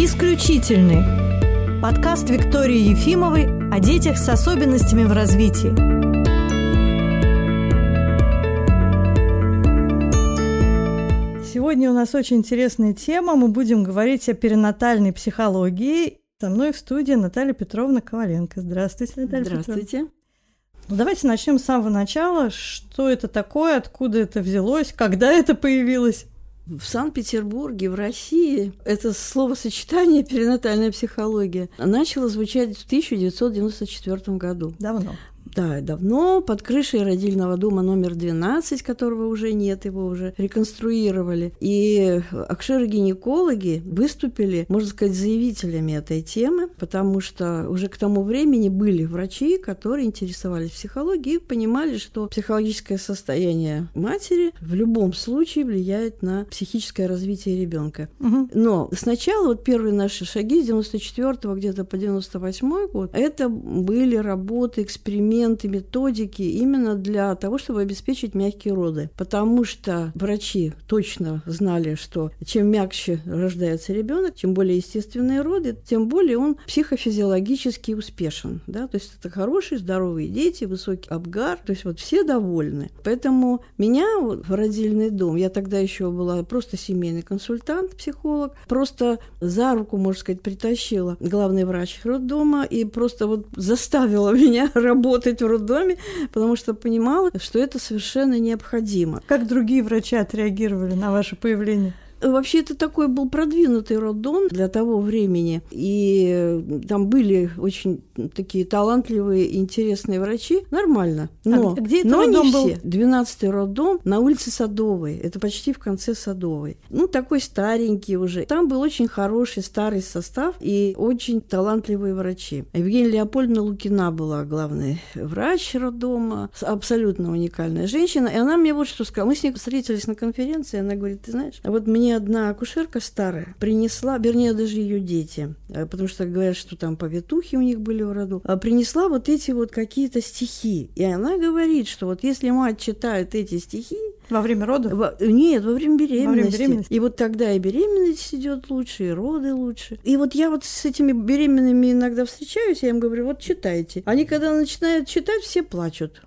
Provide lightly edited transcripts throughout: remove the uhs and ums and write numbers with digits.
«Исключительный» – подкаст Виктории Ефимовой о детях с особенностями в развитии. Сегодня у нас очень интересная тема. Мы будем говорить о перинатальной психологии. Со мной в студии Наталья Петровна Коваленко. Здравствуйте, Наталья Здравствуйте. Петровна. Ну, давайте начнем с самого начала. Что это такое, откуда это взялось, когда это появилось? В Санкт-Петербурге, в России, это словосочетание «перинатальная психология» начало звучать в 1994 году. Давно. Да, давно, под крышей родильного дома номер 12, которого уже нет, его уже реконструировали. И акушеры-гинекологи выступили, можно сказать, заявителями этой темы, потому что уже к тому времени были врачи, которые интересовались психологией и понимали, что психологическое состояние матери в любом случае влияет на психическое развитие ребенка. Угу. Но сначала вот первые наши шаги с 94-го где-то по 98-й год, это были работы, эксперименты, методики именно для того, чтобы обеспечить мягкие роды. Потому что врачи точно знали, что чем мягче рождается ребенок, чем более естественные роды, тем более он психофизиологически успешен. Да? То есть это хорошие, здоровые дети, высокий абгар, то есть вот все довольны. Поэтому меня в родильный дом, я тогда еще была просто семейный консультант, психолог, просто за руку, можно сказать, притащила главный врач роддома и просто вот заставила меня работать в роддоме, потому что понимала, что это совершенно необходимо. Как другие врачи отреагировали на ваше появление? Вообще, это такой был продвинутый роддом для того времени, и там были очень такие талантливые, интересные врачи. Нормально. Но, где это но роддом не был? все. 12-й роддом на улице Садовой. Это почти в конце Садовой. Ну, такой старенький уже. Там был очень хороший старый состав и очень талантливые врачи. Евгения Леопольдовна Лукина была главный врач роддома, абсолютно уникальная женщина. И она мне вот что сказала. Мы с ней встретились на конференции, она говорит, ты знаешь, вот мне одна акушерка старая принесла, вернее, даже ее дети, потому что говорят, что там повитухи у них были в роду, принесла вот эти вот какие-то стихи. И она говорит, что вот если мать читает эти стихи, во время родов? Нет, во время беременности. Во время беременности. И вот тогда и беременность идет лучше, и роды лучше. И вот я вот с этими беременными иногда встречаюсь, я им говорю, вот читайте. Они когда начинают читать, все плачут.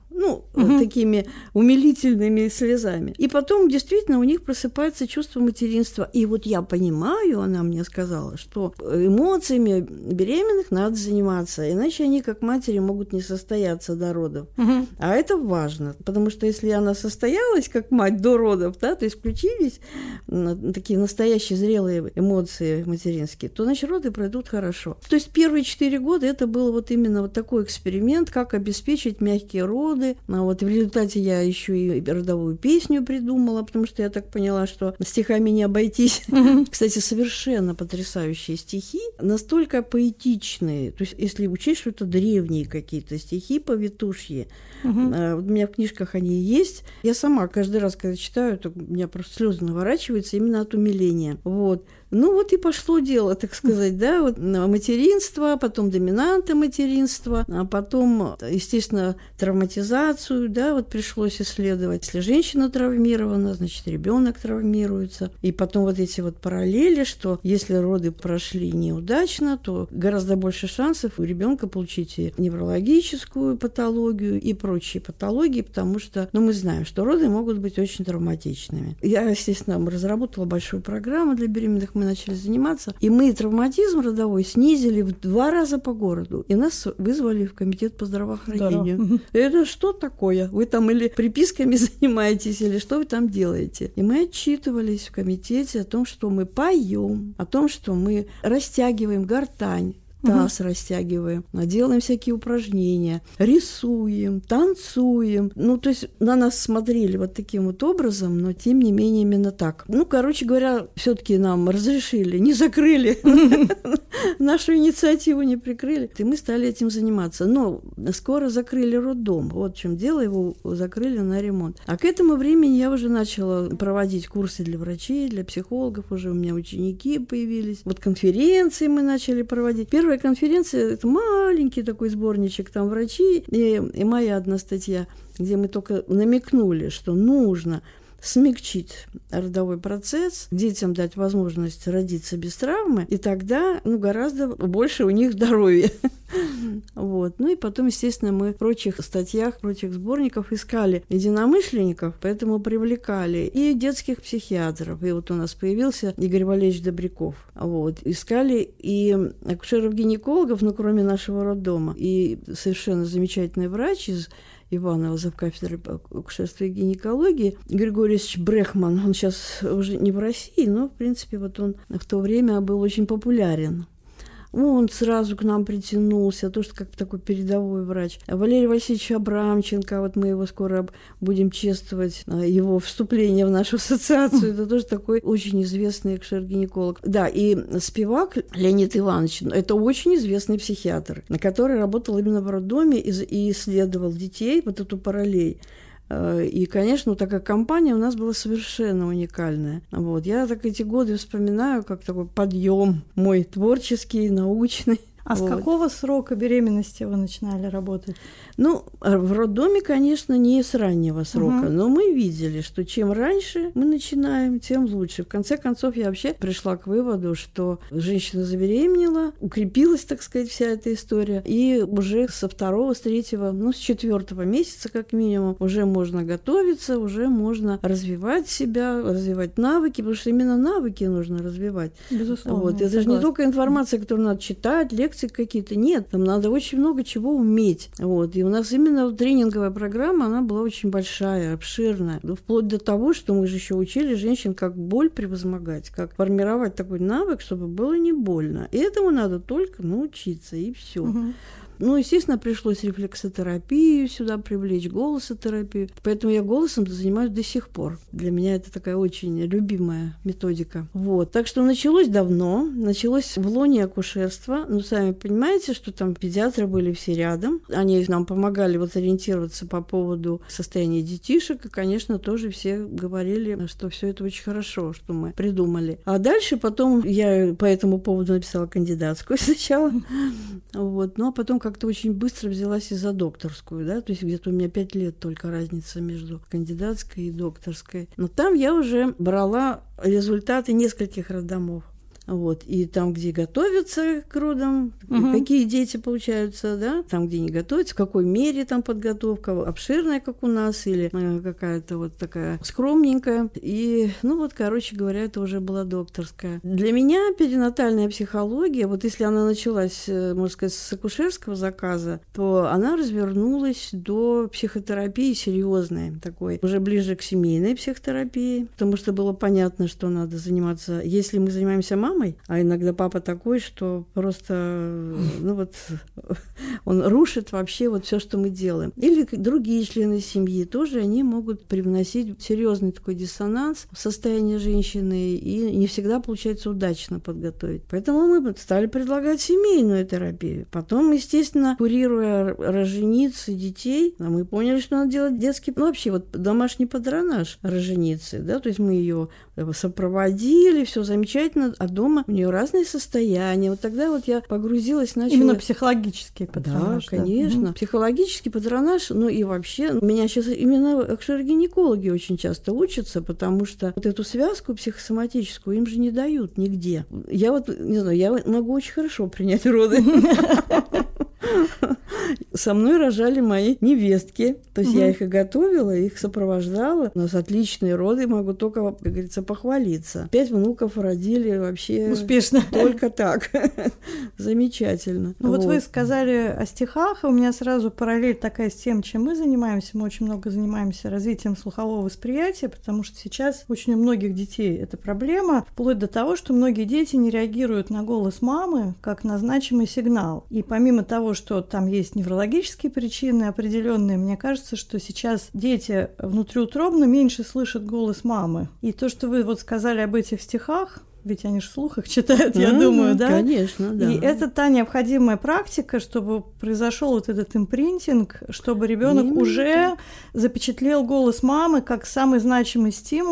Такими умилительными слезами. И потом действительно у них просыпается чувство материнства. И вот я понимаю, она мне сказала, что эмоциями беременных надо заниматься, иначе они как матери могут не состояться до родов. А это важно, потому что если она состоялась как мать до родов, да, то есть включились такие настоящие зрелые эмоции материнские, то, значит, роды пройдут хорошо. То есть первые 4 года это был вот именно вот такой эксперимент, как обеспечить мягкие роды. А вот в результате я еще и родовую песню придумала, потому что я так поняла, что стихами не обойтись. Кстати, совершенно потрясающие стихи, настолько поэтичные. То есть, если учесть, что это древние какие-то стихи повитушьи, у меня в книжках они есть. Я сама каждый раз, когда читаю, то у меня просто слезы наворачиваются именно от умиления. Вот. Ну вот и пошло дело, так сказать, да, вот материнство, потом доминанта материнства, а потом, естественно, травматизацию, да, вот пришлось исследовать. Если женщина травмирована, значит, ребенок травмируется. И потом вот эти вот параллели, что если роды прошли неудачно, то гораздо больше шансов у ребенка получить и неврологическую патологию, и прочие патологии, потому что, мы знаем, что роды могут быть очень травматичными. Я, естественно, разработала большую программу для беременных, мы начали заниматься, и мы травматизм родовой снизили в 2 раза по городу, и нас вызвали в комитет по здравоохранению. Это что такое? Вы там или приписками занимаетесь, или что вы там делаете? И мы отчитывались в комитете о том, что мы поем, о том, что мы растягиваем гортань, таз растягиваем, делаем всякие упражнения, рисуем, танцуем. То есть на нас смотрели вот таким вот образом, но тем не менее именно так. Короче говоря, все-таки нам разрешили, не закрыли, нашу инициативу не прикрыли, и мы стали этим заниматься. Но скоро закрыли роддом. Вот в чем дело, его закрыли на ремонт. А к этому времени я уже начала проводить курсы для врачей, для психологов, уже у меня ученики появились. Вот конференции мы начали проводить. Первая конференция – это маленький такой сборничек, там врачи, и моя одна статья, где мы только намекнули, что нужно смягчить родовой процесс, детям дать возможность родиться без травмы, и тогда гораздо больше у них здоровья. Вот. Ну и потом, естественно, мы в прочих статьях, в прочих сборниках искали единомышленников, поэтому привлекали и детских психиатров. И вот у нас появился Игорь Валерьевич Добряков. Вот. Искали и акушеров-гинекологов, кроме нашего роддома, и совершенно замечательный врач из Иванова, завкафедры акушерства и гинекологии, Григорьевич Брехман. Он сейчас уже не в России, но, в принципе, вот он в то время был очень популярен. Он сразу к нам притянулся, тоже как такой передовой врач. Валерий Васильевич Абрамченко, вот мы его скоро будем чествовать, его вступление в нашу ассоциацию, это тоже такой очень известный акушер-гинеколог. Да, и Спивак Леонид Иванович, это очень известный психиатр, который работал именно в роддоме и исследовал детей, вот эту параллель. И, конечно, такая компания у нас была совершенно уникальная. Вот. Я так эти годы вспоминаю, как такой подъем мой творческий, научный. А с какого срока беременности вы начинали работать? В роддоме, конечно, не с раннего срока, но мы видели, что чем раньше мы начинаем, тем лучше. В конце концов, я вообще пришла к выводу, что женщина забеременела, укрепилась, так сказать, вся эта история, и уже со 2-го, с 3-го, с 4-го месяца, как минимум, уже можно готовиться, уже можно развивать себя, развивать навыки, потому что именно навыки нужно развивать. Безусловно. Вот. Это же не только информация, которую надо читать, лекции какие-то. Нет, там надо очень много чего уметь. Вот. И у нас именно тренинговая программа, она была очень большая, обширная. Вплоть до того, что мы же еще учили женщин, как боль превозмогать, как формировать такой навык, чтобы было не больно. И этому надо только научиться, и все. Естественно, пришлось рефлексотерапию сюда привлечь, голосотерапию. Поэтому я голосом занимаюсь до сих пор. Для меня это такая очень любимая методика. Вот. Так что началось давно. Началось в лоне акушерства. Сами понимаете, что там педиатры были все рядом. Они нам помогали ориентироваться по поводу состояния детишек. И, конечно, тоже все говорили, что все это очень хорошо, что мы придумали. А дальше потом я по этому поводу написала кандидатскую сначала. Вот. А потом как-то очень быстро взялась и за докторскую, да, то есть где-то у меня 5 лет только разница между кандидатской и докторской. Но там я уже брала результаты нескольких роддомов. Вот. И там, где готовятся к родам, какие дети получаются, да, там, где не готовятся, в какой мере там подготовка, обширная, как у нас, или какая-то вот такая скромненькая. И, короче говоря, это уже была докторская. Для меня перинатальная психология, вот если она началась, можно сказать, с акушерского заказа, то она развернулась до психотерапии серьезной, такой, уже ближе к семейной психотерапии, потому что было понятно, что надо заниматься, если мы занимаемся мамой, а иногда папа такой, что просто, он рушит вообще все, что мы делаем. Или другие члены семьи тоже, они могут привносить серьезный такой диссонанс в состояние женщины, и не всегда получается удачно подготовить. Поэтому мы стали предлагать семейную терапию. Потом, естественно, курируя роженицы детей, мы поняли, что надо делать детский, вообще домашний патронаж роженицы, да, то есть мы ее сопроводили, все замечательно, а дома у нее разные состояния. Вот тогда я погрузилась, начала... Именно психологический патронаж. Да, конечно. Психологический патронаж, и вообще, меня сейчас именно акушеры-гинекологи очень часто учатся, потому что эту связку психосоматическую им же не дают нигде. Я не знаю, я могу очень хорошо принять роды. Со мной рожали мои невестки. То есть я их и готовила, их сопровождала. У нас отличные роды, могу только, как говорится, похвалиться. 5 внуков родили вообще... Успешно. Только так. Замечательно. Вот вы сказали о стихах, и у меня сразу параллель такая с тем, чем мы занимаемся. Мы очень много занимаемся развитием слухового восприятия, потому что сейчас очень у многих детей это проблема, вплоть до того, что многие дети не реагируют на голос мамы как на значимый сигнал. И помимо того, что там есть неврологические причины определенные, мне кажется, что сейчас дети внутриутробно меньше слышат голос мамы. И то, что вы сказали об этих стихах, ведь они же вслух их читают, я думаю, да? Конечно, да. И это та необходимая практика, чтобы произошел этот импринтинг, чтобы ребенок уже запечатлел голос мамы как самый значимый стимул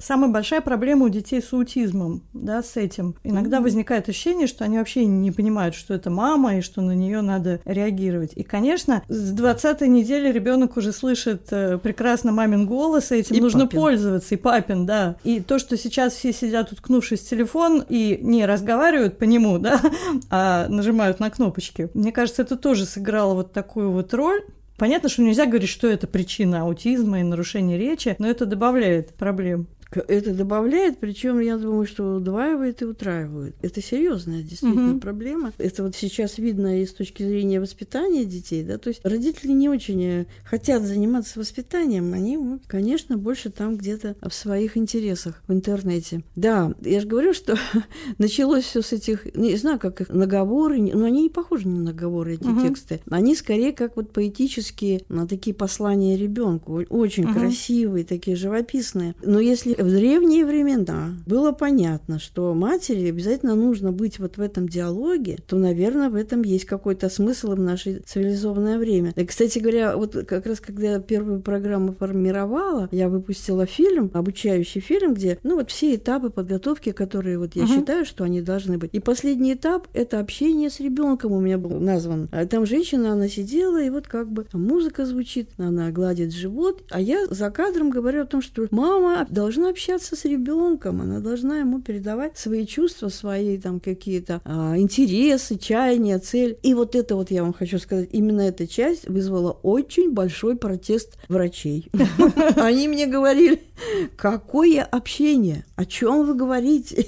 самая большая проблема у детей с аутизмом, да, с этим. Иногда возникает ощущение, что они вообще не понимают, что это мама и что на нее надо реагировать. И, конечно, с 20-й недели ребенок уже слышит прекрасно мамин голос, и этим нужно пользоваться, и папин, да. И то, что сейчас все сидят, уткнувшись в телефон, и не разговаривают по нему, да, а нажимают на кнопочки. Мне кажется, это тоже сыграло вот такую вот роль. Понятно, что нельзя говорить, что это причина аутизма и нарушения речи, но это добавляет проблем. Это добавляет, причем я думаю, что удваивает и утраивает. Это серьезная действительно проблема. Это вот сейчас видно и с точки зрения воспитания детей, да, то есть родители не очень хотят заниматься воспитанием, они, конечно, больше там где-то в своих интересах в интернете. Да, я же говорю, что началось все с этих, не знаю, как их наговоры, но они не похожи на наговоры, эти тексты. Они скорее как вот поэтические, такие послания ребенку, очень красивые, такие живописные. Но если в древние времена было понятно, что матери обязательно нужно быть вот в этом диалоге, то, наверное, в этом есть какой-то смысл в наше цивилизованное время. И, кстати говоря, вот как раз когда я первую программу формировала, я выпустила фильм, обучающий фильм, где, вот все этапы подготовки, которые вот я считаю, что они должны быть. И последний этап – это общение с ребенком у меня был назван. А там женщина, она сидела, и вот как бы музыка звучит, она гладит живот, а я за кадром говорю о том, что мама должна общаться с ребенком, она должна ему передавать свои чувства, свои там какие-то интересы, чаяния, цель. И вот это вот я вам хочу сказать, именно эта часть вызвала очень большой протест врачей. Они мне говорили: какое общение? О чем вы говорите?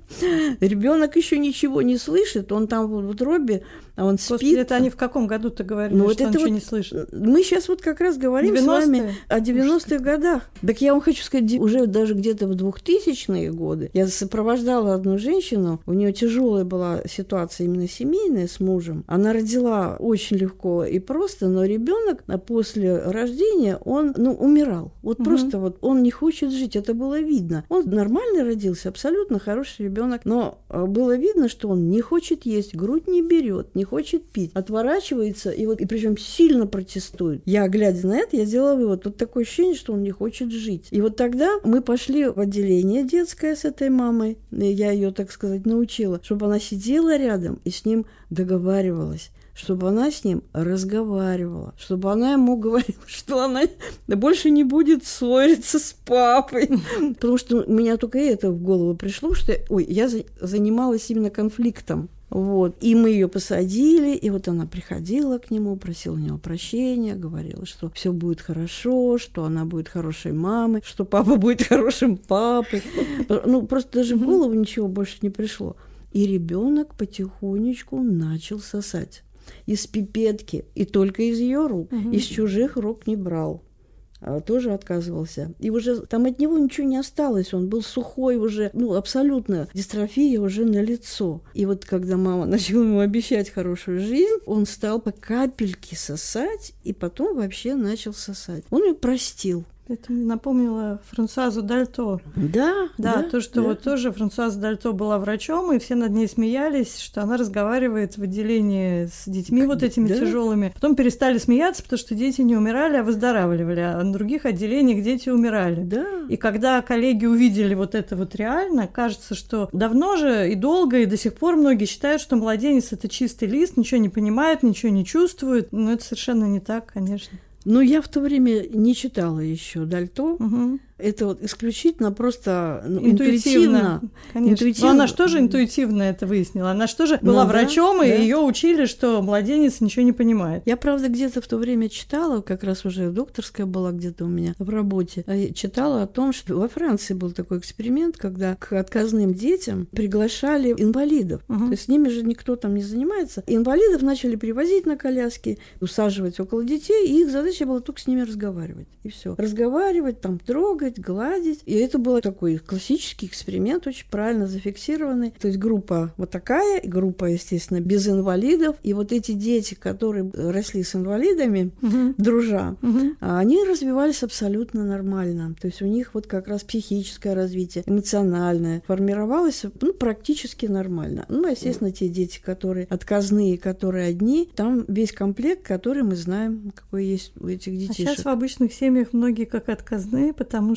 Ребенок еще ничего не слышит, он там в утробе, а он спит. Это они в каком году-то говорили, что он ничего не слышит? Мы сейчас вот как раз говорим 90-е? С вами о 90-х годах. Так я вам хочу сказать, уже даже где-то в 2000-е годы я сопровождала одну женщину, у нее тяжелая была ситуация именно семейная с мужем. Она родила очень легко и просто, но ребенок после рождения, он умирал. Вот просто вот он не хочет жить, это было видно. Он нормально родился, абсолютно хороший ребенок, но было видно, что он не хочет есть, грудь не берет, не хочет пить, отворачивается и причем сильно протестует. Я, глядя на это, я сделала вывод, вот такое ощущение, что он не хочет жить. И вот тогда мы пошли в отделение детское с этой мамой, я ее, так сказать, научила, чтобы она сидела рядом и с ним договаривалась, чтобы она с ним разговаривала, чтобы она ему говорила, что она больше не будет ссориться с папой. Потому что у меня только это в голову пришло, что я занималась именно конфликтом. Вот. И мы ее посадили, и вот она приходила к нему, просила у него прощения, говорила, что все будет хорошо, что она будет хорошей мамой, что папа будет хорошим папой. Просто даже в голову ничего больше не пришло. И ребенок потихонечку начал сосать. Из пипетки, и только из ее рук, из чужих рук не брал. Тоже отказывался. И уже там от него ничего не осталось. Он был сухой уже, абсолютно дистрофия уже налицо. И вот когда мама начала ему обещать хорошую жизнь, он стал по капельке сосать, и потом вообще начал сосать. Он ее простил. Это мне напомнило Франсуазу Дальто. Да. То, что вот тоже Франсуаза Дальто была врачом, и все над ней смеялись, что она разговаривает в отделении с детьми вот этими тяжелыми. Потом перестали смеяться, потому что дети не умирали, а выздоравливали, а на других отделениях дети умирали. Да. И когда коллеги увидели вот это вот реально, кажется, что давно же и долго, и до сих пор многие считают, что младенец — это чистый лист, ничего не понимает, ничего не чувствует. Но это совершенно не так, конечно. Я в то время не читала еще Дальто. Это вот исключительно просто интуитивно. Конечно. Но она же тоже интуитивно это выяснила. Она же тоже была врачом, и ее учили, что младенец ничего не понимает. Я, правда, где-то в то время читала, как раз уже докторская была где-то у меня в работе, читала о том, что во Франции был такой эксперимент, когда к отказным детям приглашали инвалидов. То есть с ними же никто там не занимается. Инвалидов начали привозить на коляске, усаживать около детей, и их задача была только с ними разговаривать. И все. Разговаривать, там трогать, гладить. И это был такой классический эксперимент, очень правильно зафиксированный. То есть группа вот такая, группа, естественно, без инвалидов. И вот эти дети, которые росли с инвалидами, дружа, они развивались абсолютно нормально. То есть у них вот как раз психическое развитие, эмоциональное формировалось практически нормально. Естественно, те дети, которые отказные, которые одни, там весь комплект, который мы знаем, какой есть у этих детишек. А сейчас в обычных семьях многие как отказные, потому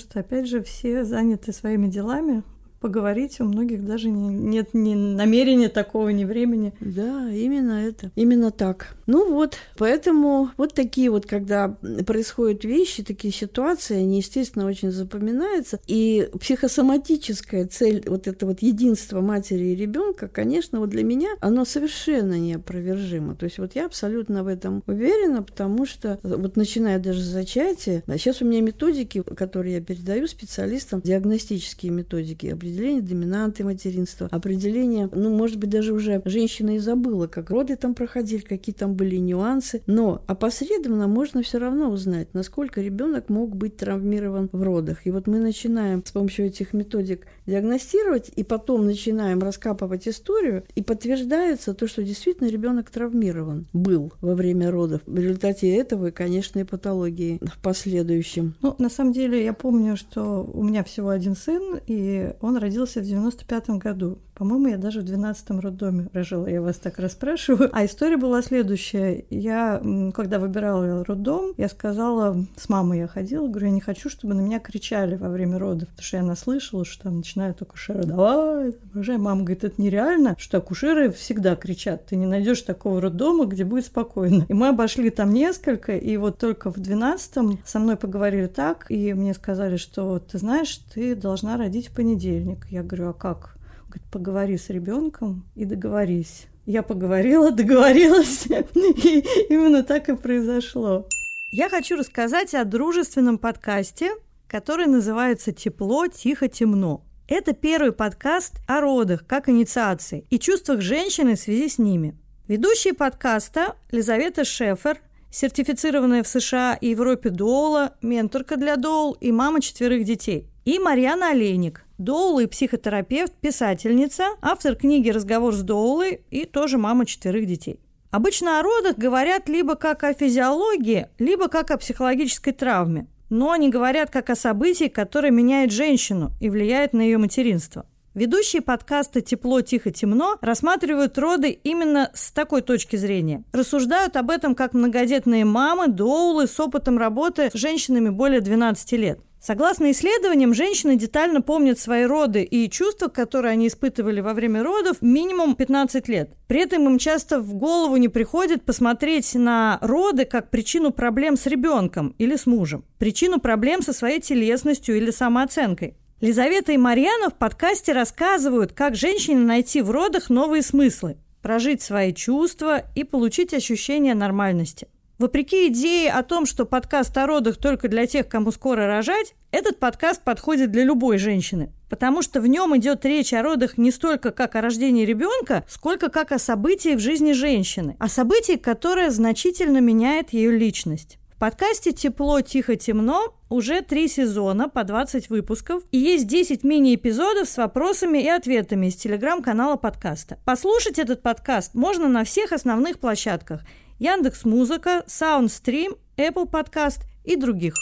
что, опять же, все заняты своими делами. Поговорить у многих даже нет ни намерения такого, ни времени. Да, именно это. Именно так. Ну вот, поэтому вот такие вот, когда происходят вещи, такие ситуации, они, естественно, очень запоминаются. И психосоматическая цель, вот это вот единство матери и ребенка, конечно, вот для меня оно совершенно неопровержимо. То есть вот я абсолютно в этом уверена, потому что вот начиная даже с зачатия, сейчас у меня методики, которые я передаю специалистам, диагностические методики, определение доминанты материнства, определение, может быть, даже уже женщина и забыла, как роды там проходили, какие там были нюансы, но опосредованно можно все равно узнать, насколько ребенок мог быть травмирован в родах. И вот мы начинаем с помощью этих методик диагностировать, и потом начинаем раскапывать историю, и подтверждается то, что действительно ребенок травмирован был во время родов. В результате этого, и, конечно, и патологии в последующем. На самом деле, я помню, что у меня всего один сын, и он родился в 95-м году. По-моему, я даже в 12-м роддоме рожала, я вас так расспрашиваю. А история была следующая. Я, когда выбирала роддом, я сказала, с мамой я ходила, говорю, я не хочу, чтобы на меня кричали во время родов, потому что я наслышала, что там начинают акушеры, давай, рожай. Мама говорит, это нереально, что акушеры всегда кричат, ты не найдешь такого роддома, где будет спокойно. И мы обошли там несколько, и вот только в 12-м со мной поговорили так, и мне сказали, что ты знаешь, ты должна родить в понедельник. Я говорю, а как? Говорит, поговори с ребенком и договорись. Я поговорила, договорилась, и именно так и произошло. Я хочу рассказать о дружественном подкасте, который называется «Тепло, тихо, темно». Это первый подкаст о родах, как инициации, и чувствах женщины в связи с ними. Ведущие подкаста Лизавета Шефер, сертифицированная в США и Европе доула, менторка для доул и мама 4 детей. И Марьяна Олейник, доула и психотерапевт, писательница, автор книги «Разговор с доулой» и тоже мама 4 детей. Обычно о родах говорят либо как о физиологии, либо как о психологической травме. Но они говорят как о событии, которое меняет женщину и влияет на ее материнство. Ведущие подкаста «Тепло, тихо, темно» рассматривают роды именно с такой точки зрения. Рассуждают об этом как многодетные мамы, доулы с опытом работы с женщинами более 12 лет. Согласно исследованиям, женщины детально помнят свои роды и чувства, которые они испытывали во время родов, минимум 15 лет. При этом им часто в голову не приходит посмотреть на роды как причину проблем с ребенком или с мужем, причину проблем со своей телесностью или самооценкой. Лизавета и Марьяна в подкасте рассказывают, как женщине найти в родах новые смыслы, прожить свои чувства и получить ощущение нормальности. Вопреки идее о том, что подкаст о родах только для тех, кому скоро рожать, этот подкаст подходит для любой женщины, потому что в нем идет речь о родах не столько как о рождении ребенка, сколько как о событии в жизни женщины, о событии, которое значительно меняет ее личность. В подкасте «Тепло, тихо, темно» уже 3 сезона по 20 выпусков, и есть 10 мини-эпизодов с вопросами и ответами из телеграм-канала подкаста. Послушать этот подкаст можно на всех основных площадках – Яндекс.Музыка, Soundstream, Apple Podcast и других.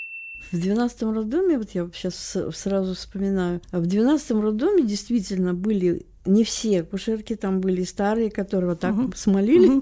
В 12-м роддоме, вот я сейчас сразу вспоминаю, в 12-м роддоме действительно были не все акушерки, там были старые, которые вот так смолили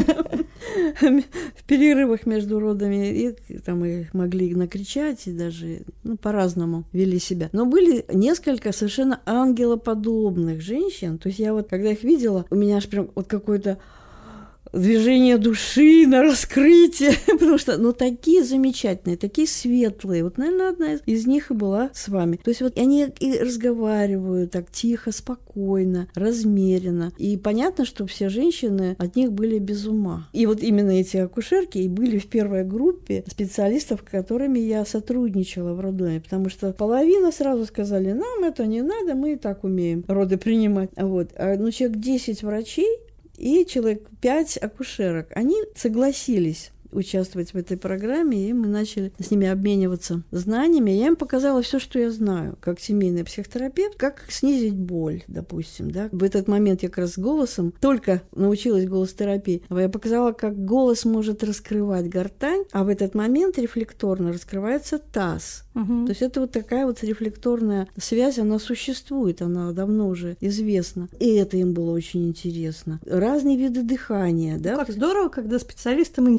в перерывах между родами, и там и могли накричать, и даже по-разному вели себя. Но были несколько совершенно ангелоподобных женщин. То есть я вот, когда их видела, у меня аж прям вот какой-то движение души на раскрытие, потому что, такие замечательные, такие светлые. Вот, наверное, одна из них и была с вами. То есть вот они и разговаривают так тихо, спокойно, размеренно. И понятно, что все женщины от них были без ума. И вот именно эти акушерки и были в первой группе специалистов, с которыми я сотрудничала в роддоме, потому что половина сразу сказали, нам это не надо, мы и так умеем роды принимать. Вот. Человек 10 врачей и человек 5 акушерок, они согласились участвовать в этой программе, и мы начали с ними обмениваться знаниями. Я им показала все, что я знаю, как семейный психотерапевт, как снизить боль, допустим. Да? В этот момент я как раз голосом только научилась голостерапии. Я показала, как голос может раскрывать гортань, а в этот момент рефлекторно раскрывается таз. То есть это вот такая вот рефлекторная связь, она существует, она давно уже известна. И это им было очень интересно. Разные виды дыхания. Да? Как здорово, когда специалистам интересно.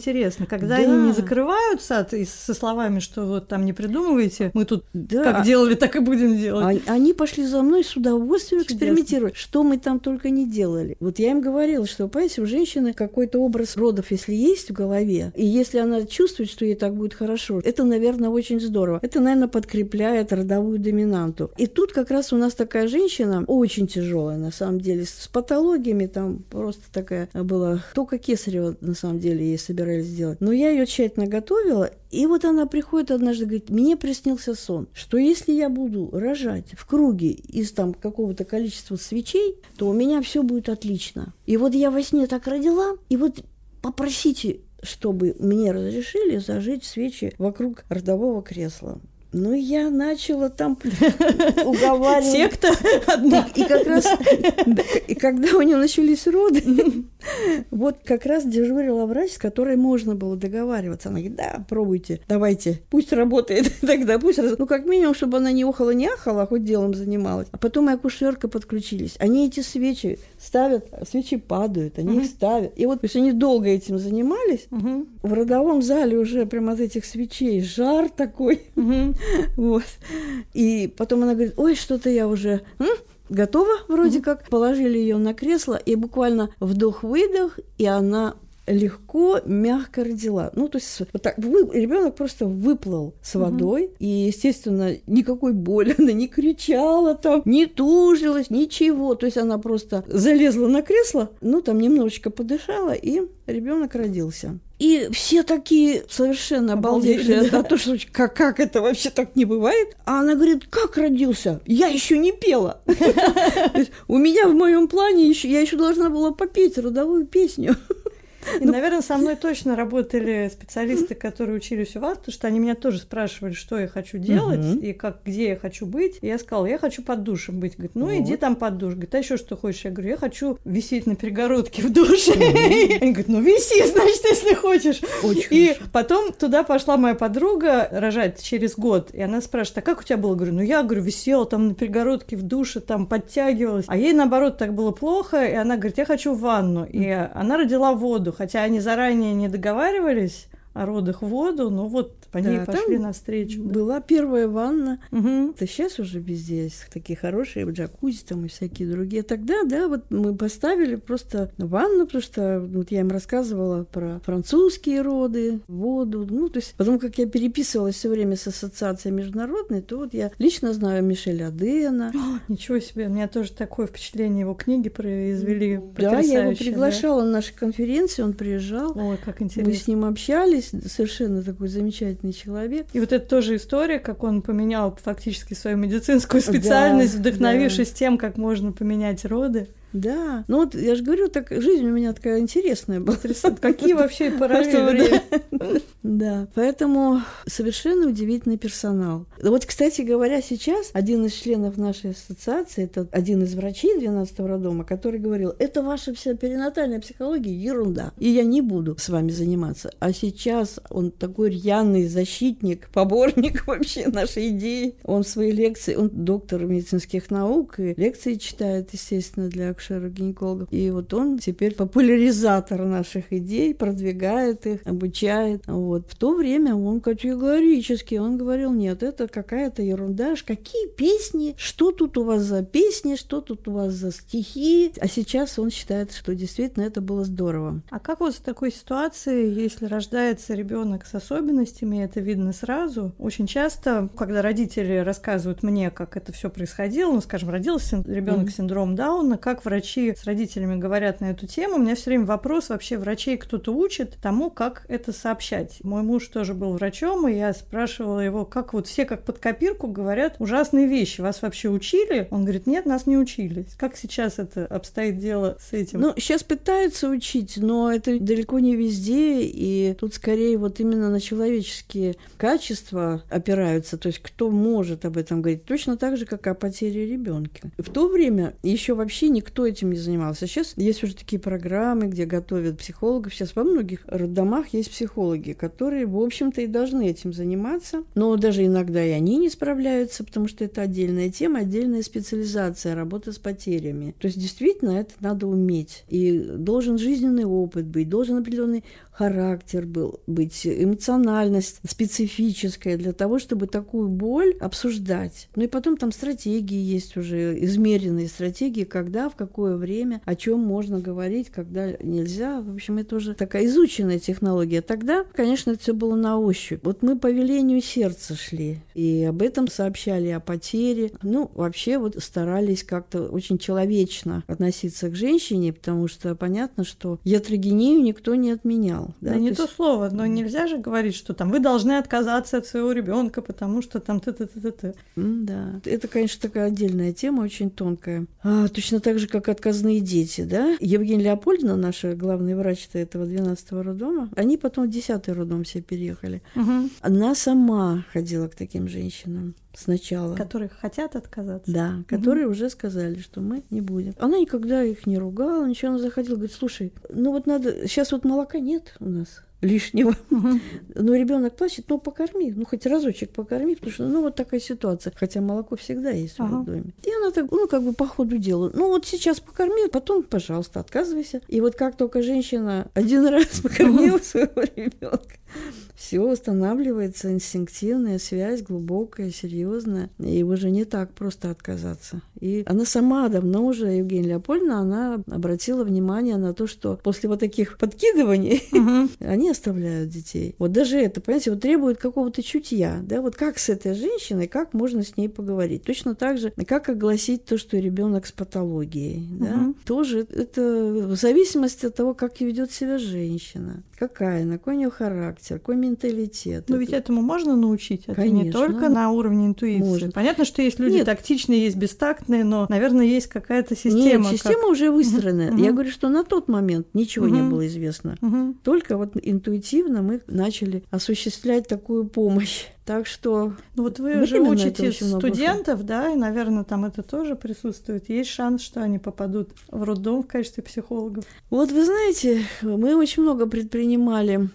Когда они не закрываются со словами, что вот там не придумывайте, мы тут как делали, так и будем делать. Они пошли за мной с удовольствием экспериментировать, что мы там только не делали. Вот я им говорила, что, понимаете, у женщины какой-то образ родов, если есть в голове, и если она чувствует, что ей так будет хорошо, это, наверное, очень здорово. Это, наверное, подкрепляет родовую доминанту. И тут как раз у нас такая женщина, очень тяжелая, на самом деле, с патологиями, там просто такая была, только кесарево, на самом деле, ей собирались сделать. Но я ее тщательно готовила, и вот она приходит однажды, говорит, мне приснился сон, что если я буду рожать в круге из там какого-то количества свечей, то у меня все будет отлично. И вот я во сне так родила, и вот попросите, чтобы мне разрешили зажечь свечи вокруг родового кресла. Ну, я начала там уговаривать. Секта одна. И как раз, и когда у нее начались роды, вот как раз дежурила врач, с которой можно было договариваться. Она говорит, да, пробуйте, давайте, пусть работает тогда, пусть ну, как минимум, чтобы она не охала, не ахала, а хоть делом занималась. А потом и акушерка подключились. Они эти свечи ставят, свечи падают, они их ставят. И вот, то есть они долго этим занимались. В родовом зале уже прям от этих свечей жар такой. Вот. И потом она говорит, ой, что-то я уже готова вроде как. Положили ее на кресло, и буквально вдох-выдох, и она легко, мягко родила. Ну, то есть вот так ребенок просто выплыл с водой, и, естественно, никакой боли, она не кричала там, не тужилась, ничего. То есть она просто залезла на кресло, ну, там немножечко подышала, и ребенок родился. И все такие совершенно обалдевшие от того, что как это вообще так не бывает. А она говорит, как родился? Я еще не пела. У меня в моем плане я еще должна была попеть родовую песню. И, наверное, со мной точно работали специалисты, которые учились у вас, потому что они меня тоже спрашивали, что я хочу делать и где я хочу быть. И я сказала, я хочу под душем быть. Говорит, ну иди там под душ. Говорит, а еще что хочешь? Я говорю, я хочу висеть на перегородке в душе. Они говорят, ну виси, значит, если хочешь. И потом туда пошла моя подруга рожать через год. И она спрашивает, а как у тебя было? Говорю, ну я, висела там на перегородке в душе, там подтягивалась. А ей, наоборот, так было плохо. И она говорит, я хочу в ванну. И она родила воду. Хотя они заранее не договаривались о родах в воду, но вот они пошли навстречу. Была первая ванна. Это сейчас уже везде есть такие хорошие джакузи там и всякие другие. Тогда, да, вот мы поставили просто ванну, потому что вот я им рассказывала про французские роды, воду. Ну, то есть, потому как я переписывалась все время с ассоциацией международной, то вот я лично знаю Мишеля Адена. Ничего себе, у меня тоже такое впечатление его книги произвели. Да, я его приглашала на наши конференции, он приезжал. Ой, как интересно. Мы с ним общались, совершенно такой замечательный человек. И вот это тоже история, как он поменял фактически свою медицинскую специальность, вдохновившись тем, как можно поменять роды. Да. Ну вот я же говорю, так жизнь у меня такая интересная была. Какие вообще параллели. Да. Поэтому совершенно удивительный персонал. Вот, кстати говоря, сейчас один из членов нашей ассоциации, это один из врачей 12-го роддома, который говорил, это ваша вся перинатальная психология ерунда, и я не буду с вами заниматься. А сейчас он такой рьяный защитник, поборник вообще нашей идеи. Он в своей лекции, он доктор медицинских наук, и лекции читает, естественно, для акушеров-гинекологов. И вот он теперь популяризатор наших идей, продвигает их, обучает. Вот. В то время он категорически, он говорил, нет, это какая-то ерунда, какие песни, что тут у вас за песни, что тут у вас за стихи. А сейчас он считает, что действительно это было здорово. А как вот в такой ситуации, если рождается ребенок с особенностями, это видно сразу? Очень часто, когда родители рассказывают мне, как это все происходило, ну, скажем, родился ребенок с синдромом Дауна, как врачи с родителями говорят на эту тему, у меня все время вопрос, вообще врачей кто-то учит тому, как это сообщать. Мой муж тоже был врачом, и я спрашивала его, как вот все как под копирку говорят ужасные вещи. Вас вообще учили? Он говорит, нет, нас не учили. Как сейчас это обстоит дело с этим? Ну, сейчас пытаются учить, но это далеко не везде, и тут скорее вот именно на человеческие качества опираются, то есть кто может об этом говорить, точно так же, как о потере ребенка. В то время еще вообще никто никто этим не занимался. Сейчас есть уже такие программы, где готовят психологов. Сейчас во многих роддомах есть психологи, которые, в общем-то, и должны этим заниматься. Но даже иногда и они не справляются, потому что это отдельная тема, отдельная специализация, работа с потерями. То есть, действительно, это надо уметь. И должен жизненный опыт быть, должен определенный характер быть, эмоциональность специфическая для того, чтобы такую боль обсуждать. Ну и потом там стратегии есть уже, измеренные стратегии, когда, в какое время, о чем можно говорить, когда нельзя. В общем, это уже такая изученная технология. Тогда, конечно, это все было на ощупь. Вот мы по велению сердца шли, и об этом сообщали, о потере. Ну, вообще вот старались как-то очень человечно относиться к женщине, потому что понятно, что ятрогению никто не отменял. Да, не то слово, но нельзя же говорить, что там вы должны отказаться от своего ребенка, потому что там ты. Да, это, конечно, такая отдельная тема, очень тонкая. Точно так же, как отказные дети, да. Евгения Леопольдовна, наша главный врач этого 12-го роддома, они потом в 10-й роддом все переехали. Угу. Она сама ходила к таким женщинам. Сначала. Которые хотят отказаться. Да, которые уже сказали, что мы не будем. Она никогда их не ругала, ничего. Она заходила, говорит, слушай, ну вот надо... Сейчас вот молока нет у нас лишнего. Но ребенок плачет, ну покорми, ну хоть разочек покорми, потому что ну вот такая ситуация. Хотя молоко всегда есть в роддоме. И она так, ну как бы по ходу дела. Ну вот сейчас покорми, потом, пожалуйста, отказывайся. И вот как только женщина один раз покормила своего ребенка, все устанавливается инстинктивная связь, глубокая, серьезная, и уже не так просто отказаться. И она сама давно уже, Евгения Леопольдовна, она обратила внимание на то, что после вот таких подкидываний они оставляют детей. Вот даже это, понимаете, вот требует какого-то чутья, да, вот как с этой женщиной, как можно с ней поговорить. Точно так же, как огласить то, что ребенок с патологией, да, тоже это в зависимости от того, как ведет себя женщина, какая она, какой у нее характер, какой менталитет. Но ведь этому можно научить, это конечно, не только на уровне интуиции. Можно. Понятно, что есть люди тактичные, есть бестактные, но, наверное, есть какая-то система. Нет, система уже выстроена. Я говорю, что на тот момент ничего не было известно. Только вот интуитивно мы начали осуществлять такую помощь. Так что... Ну вот вы же учите студентов, да, и, наверное, там это тоже присутствует. Есть шанс, что они попадут в роддом в качестве психологов? Вот вы знаете, мы очень много предпринимали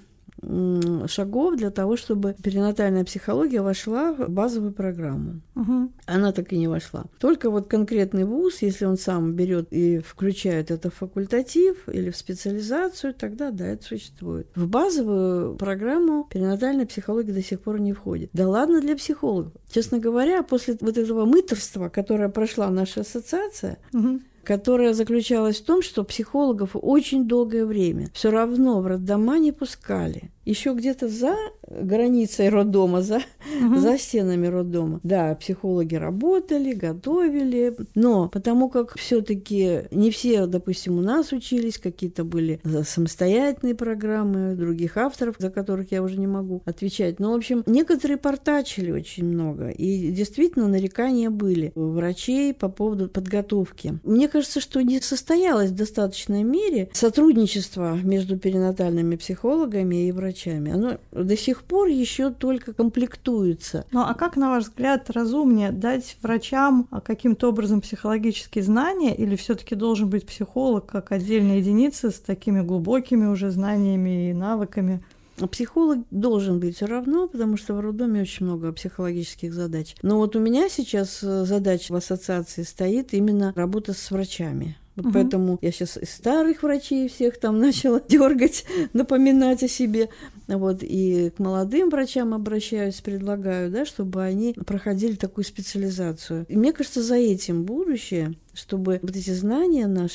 шагов для того, чтобы перинатальная психология вошла в базовую программу. Она так и не вошла. Только вот конкретный вуз, если он сам берет и включает это в факультатив или в специализацию, тогда да, это существует. В базовую программу перинатальная психология до сих пор не входит. Да ладно для психологов. Честно говоря, после вот этого мытарства, которое прошла наша ассоциация, которая заключалась в том, что психологов очень долгое время все равно в роддома не пускали. Еще где-то за границей роддома, за стенами роддома. Да, психологи работали, готовили, но потому как все-таки не все, допустим, у нас учились, какие-то были самостоятельные программы других авторов, за которых я уже не могу отвечать. Но, в общем, некоторые портачили очень много, и действительно нарекания были у врачей по поводу подготовки. Мне кажется, что не состоялось в достаточной мере сотрудничество между перинатальными психологами и врачами. Оно до сих пор еще только комплектуется. Ну а как, на ваш взгляд, разумнее дать врачам каким-то образом психологические знания, или все-таки должен быть психолог как отдельная единица с такими глубокими уже знаниями и навыками? Психолог должен быть все равно, потому что в роддоме очень много психологических задач. Но вот у меня сейчас задача в ассоциации стоит именно работа с врачами. Вот поэтому я сейчас и старых врачей всех там начала дергать, напоминать о себе. Вот, и к молодым врачам обращаюсь, предлагаю, да, чтобы они проходили такую специализацию. И мне кажется, за этим будущее, чтобы вот эти знания наши,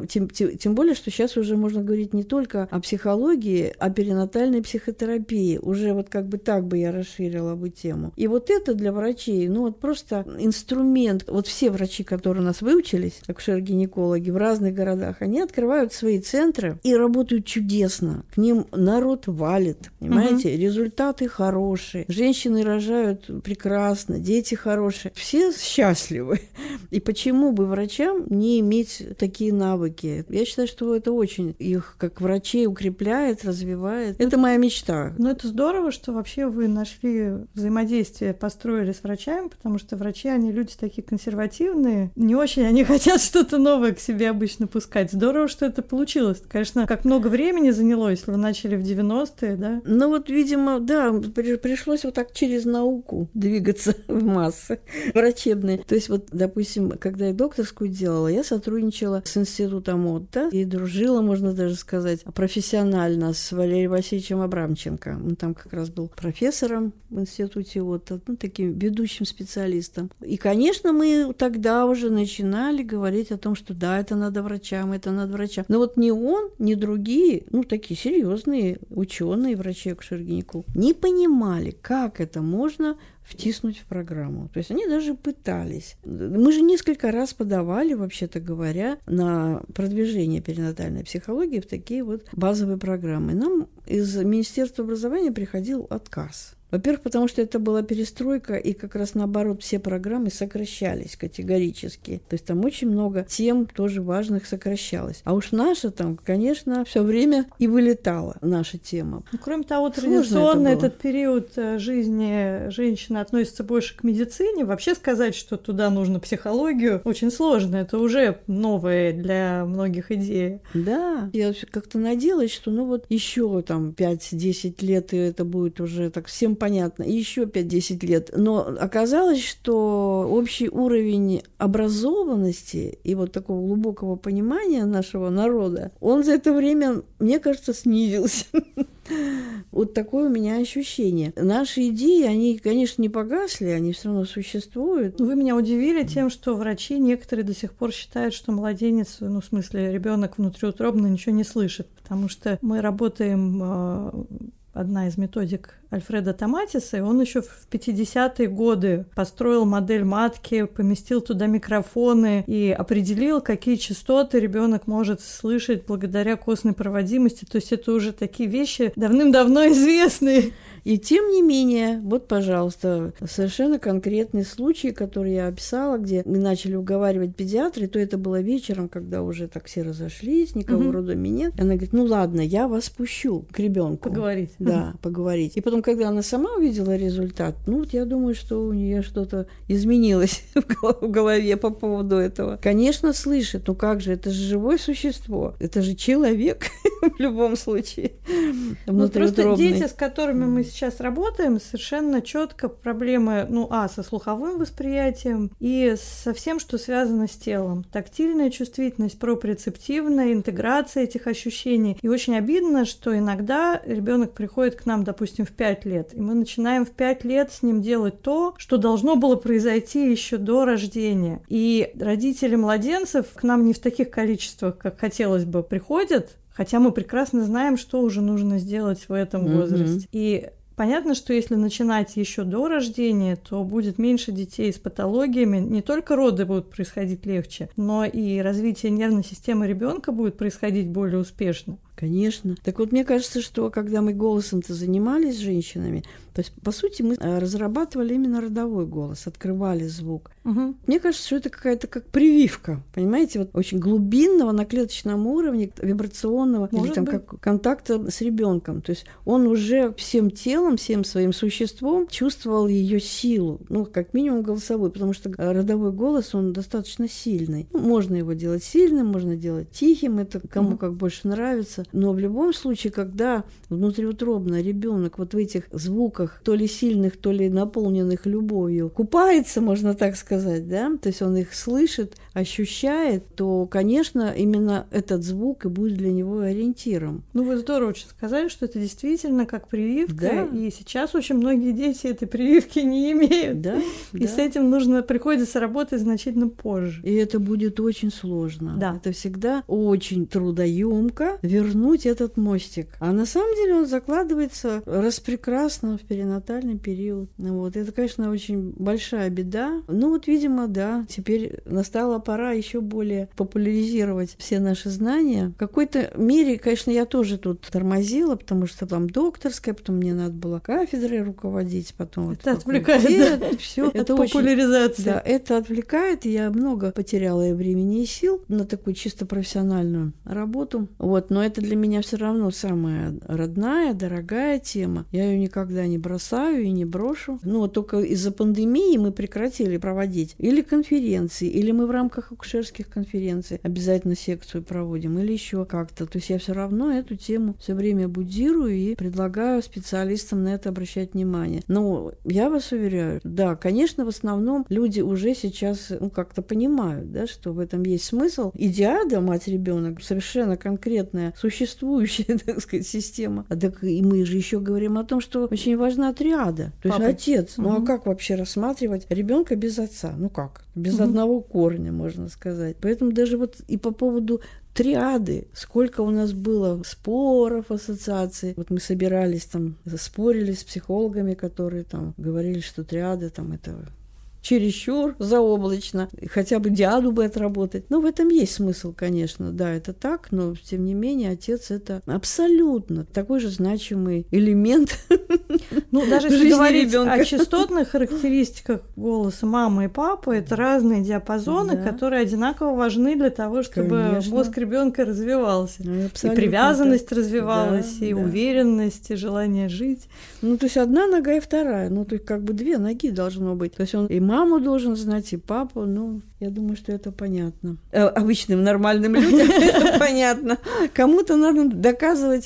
тем более, что сейчас уже можно говорить не только о психологии, а о перинатальной психотерапии. Уже вот как бы так бы я расширила бы тему. И вот это для врачей, ну вот просто инструмент. Вот все врачи, которые у нас выучились, акушеры-гинекологи в разных городах, они открывают свои центры и работают чудесно. К ним народ валит. Понимаете, результаты хорошие, женщины рожают прекрасно, дети хорошие, все счастливы. И почему бы врачи врачам не иметь такие навыки. Я считаю, что это очень их, как врачей, укрепляет, развивает. Это моя мечта. Но это здорово, что вообще вы нашли взаимодействие, построили с врачами, потому что врачи, они люди такие консервативные, не очень они хотят что-то новое к себе обычно пускать. Здорово, что это получилось. Конечно, как много времени заняло, если вы начали в 90-е, да? Ну вот, видимо, да, пришлось вот так через науку двигаться в массы врачебные. То есть вот, допустим, когда я докторскую делала, я сотрудничала с институтом Отто и дружила, можно даже сказать, профессионально с Валерием Васильевичем Абрамченко. Он там как раз был профессором в институте Отто, ну, таким ведущим специалистом. И, конечно, мы тогда уже начинали говорить о том, что да, это надо врачам, это надо врачам. Но вот ни он, ни другие, ну, такие серьезные ученые, врачи-акушер-гинекологи, не понимали, как это можно втиснуть в программу. То есть они даже пытались. Мы же несколько раз подавали, вообще-то говоря, на продвижение перинатальной психологии в такие вот базовые программы. Нам из Министерства образования приходил отказ. Во-первых, потому что это была перестройка, и как раз наоборот все программы сокращались категорически. То есть там очень много тем тоже важных сокращалось. А уж наша там, конечно, все время и вылетала наша тема. Ну, кроме того, традиционно этот период жизни женщины относится больше к медицине. Вообще сказать, что туда нужно психологию, очень сложно. Это уже новая для многих идея. Да, я как-то надеялась, что ну вот еще там 5-10 лет, и это будет уже так всем понятно, еще 5-10 лет. Но оказалось, что общий уровень образованности и вот такого глубокого понимания нашего народа, он за это время, мне кажется, снизился. Вот такое у меня ощущение. Наши идеи, они, конечно, не погасли, они все равно существуют. Вы меня удивили тем, что врачи некоторые до сих пор считают, что младенец, ну, в смысле, ребенок внутриутробно ничего не слышит, потому что мы работаем... Одна из методик Альфреда Томатиса, и он еще в 50-е годы построил модель матки, поместил туда микрофоны и определил, какие частоты ребенок может слышать благодаря костной проводимости. То есть это уже такие вещи давным-давно известные. И тем не менее, вот, пожалуйста, совершенно конкретный случай, который я описала, где мы начали уговаривать педиатры, то это было вечером, когда уже так все разошлись, никого в роддоме нет. Она говорит, ну ладно, я вас пущу к ребенку. Поговорить. Да, поговорить. И потом, когда она сама увидела результат, ну вот я думаю, что у нее что-то изменилось в голове по поводу этого. Конечно, слышит, ну как же, это же живое существо, это же человек в любом случае. Ну, просто дети, с которыми мы сейчас работаем, совершенно четко проблемы, ну, со слуховым восприятием и со всем, что связано с телом. Тактильная чувствительность, проприоцептивная интеграция этих ощущений. И очень обидно, что иногда ребенок приходит к нам, допустим, в 5 лет, и мы начинаем в 5 лет с ним делать то, что должно было произойти еще до рождения. И родители младенцев к нам не в таких количествах, как хотелось бы, приходят, хотя мы прекрасно знаем, что уже нужно сделать в этом возрасте. И понятно, что если начинать еще до рождения, то будет меньше детей с патологиями. Не только роды будут происходить легче, но и развитие нервной системы ребенка будет происходить более успешно. Конечно. Так вот, мне кажется, что когда мы голосом-то занимались с женщинами, то есть, по сути, мы разрабатывали именно родовой голос, открывали звук. Угу. Мне кажется, что это какая-то как прививка, понимаете, вот очень глубинного на клеточном уровне, вибрационного, или там как контакта с ребенком. То есть он уже всем телом, всем своим существом чувствовал ее силу, ну, как минимум голосовой, потому что родовой голос, он достаточно сильный. Ну, можно его делать сильным, можно делать тихим, это кому как больше нравится. Но в любом случае, когда внутриутробно ребенок вот в этих звуках, то ли сильных, то ли наполненных любовью, купается, можно так сказать, да, то есть он их слышит, ощущает, то, конечно, именно этот звук и будет для него ориентиром. Ну, вы здорово очень сказали, что это действительно как прививка, да. И сейчас очень многие дети этой прививки не имеют. Да, и с этим приходится работать значительно позже. И это будет очень сложно. Да. Это всегда очень трудоемко вернуть перевернуть этот мостик. А на самом деле он закладывается распрекрасно в перинатальный период. Вот. Это, конечно, очень большая беда. Ну вот, видимо, да, теперь настала пора еще более популяризировать все наши знания. В какой-то мере, конечно, я тоже тут тормозила, потому что там докторская, потом мне надо было кафедрой руководить, потом это отвлекает, да? Все это популяризация. Да, это отвлекает, и я много потеряла и времени, и сил на такую чисто профессиональную работу. Вот, но это для меня все равно самая родная, дорогая тема. Я ее никогда не бросаю и не брошу. Ну, вот только из-за пандемии мы прекратили проводить или конференции, или мы в рамках акушерских конференций обязательно секцию проводим, или еще как-то. То есть я все равно эту тему все время будирую и предлагаю специалистам на это обращать внимание. Но я вас уверяю, да, конечно, в основном люди уже сейчас как-то понимают, да, что в этом есть смысл. И диада, мать-ребенок, совершенно конкретная, существующая, так сказать, система. Так и мы же еще говорим о том, что очень важна триада. То есть отец. Ну а как вообще рассматривать ребенка без отца? Ну как? Без одного корня, можно сказать. Поэтому даже вот и по поводу триады, сколько у нас было споров, ассоциаций. Вот мы собирались там, спорили с психологами, которые там говорили, что триада там это чересчур заоблачно, хотя бы диаду бы отработать. Но в этом есть смысл, конечно, да, это так, но тем не менее отец это абсолютно такой же значимый элемент. Ну, даже если говорить о частотных характеристиках голоса мамы и папы, это разные диапазоны, которые одинаково важны для того, чтобы мозг ребенка развивался. И привязанность развивалась, и уверенность, и желание жить. Ну, то есть одна нога и вторая. Ну, то есть как бы две ноги должно быть. То есть он и маму должен знать, и папу. Ну, я думаю, что это понятно. Обычным нормальным людям это понятно. Кому-то надо доказывать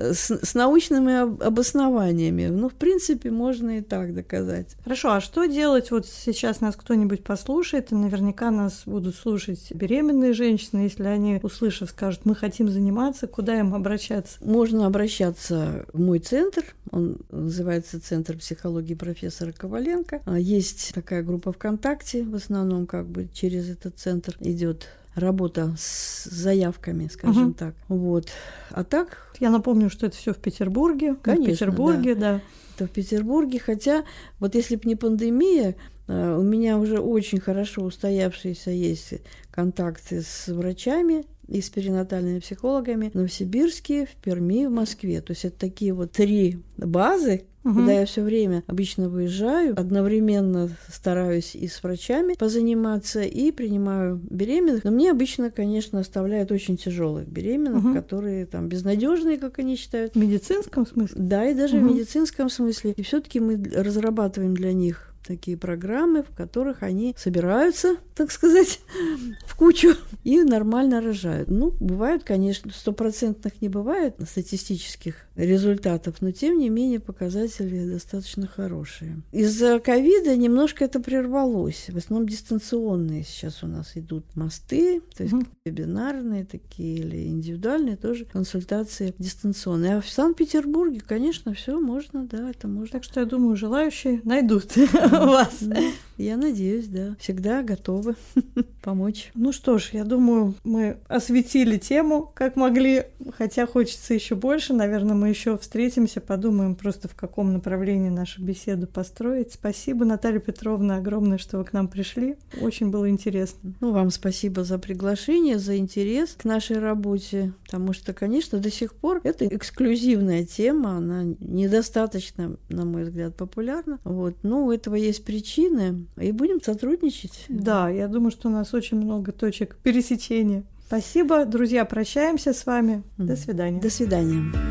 с научными обоснованиями. Ну, в принципе, можно и так доказать. Хорошо, а что делать? Вот сейчас нас кто-нибудь послушает, и наверняка нас будут слушать беременные женщины, если они, услышав, скажут, мы хотим заниматься, куда им обращаться? Можно обращаться в мой центр. Он называется «Центр психологии профессора Коваленко». Есть такая группа ВКонтакте, в основном как бы через этот центр идет работа с заявками, скажем так. Вот. А так... Я напомню, что это все в Петербурге. Конечно, в Петербурге, да. Это в Петербурге, хотя вот если бы не пандемия, у меня уже очень хорошо устоявшиеся есть контакты с врачами и с перинатальными психологами в Новосибирске, в Перми, в Москве. То есть это такие вот 3 базы, куда я все время обычно выезжаю, одновременно стараюсь и с врачами позаниматься, и принимаю беременных. Но мне обычно, конечно, оставляют очень тяжелых беременных, которые там безнадежные, как они считают. В медицинском смысле? Да, и даже в медицинском смысле. И все-таки мы разрабатываем для них такие программы, в которых они собираются, так сказать, в кучу и нормально рожают. Ну, бывают, конечно, 100% не бывает статистических результатов, но тем не менее показатели достаточно хорошие. Из-за ковида немножко это прервалось. В основном дистанционные сейчас у нас идут мосты, то есть вебинарные такие или индивидуальные тоже консультации дистанционные. А в Санкт-Петербурге, конечно, все можно, да, это можно. Так что я думаю, желающие найдут вас. Я надеюсь, да. Всегда готовы помочь. Ну что ж, я думаю, мы осветили тему, как могли, хотя хочется еще больше. Наверное, мы еще встретимся, подумаем просто, в каком направлении нашу беседу построить. Спасибо, Наталья Петровна, огромное, что вы к нам пришли. Очень было интересно. Ну, вам спасибо за приглашение, за интерес к нашей работе, потому что, конечно, до сих пор это эксклюзивная тема, она недостаточно, на мой взгляд, популярна. Вот. Но у этого есть причины, и будем сотрудничать. Да, я думаю, что у нас очень много точек пересечения. Спасибо, друзья, прощаемся с вами. До свидания. До свидания.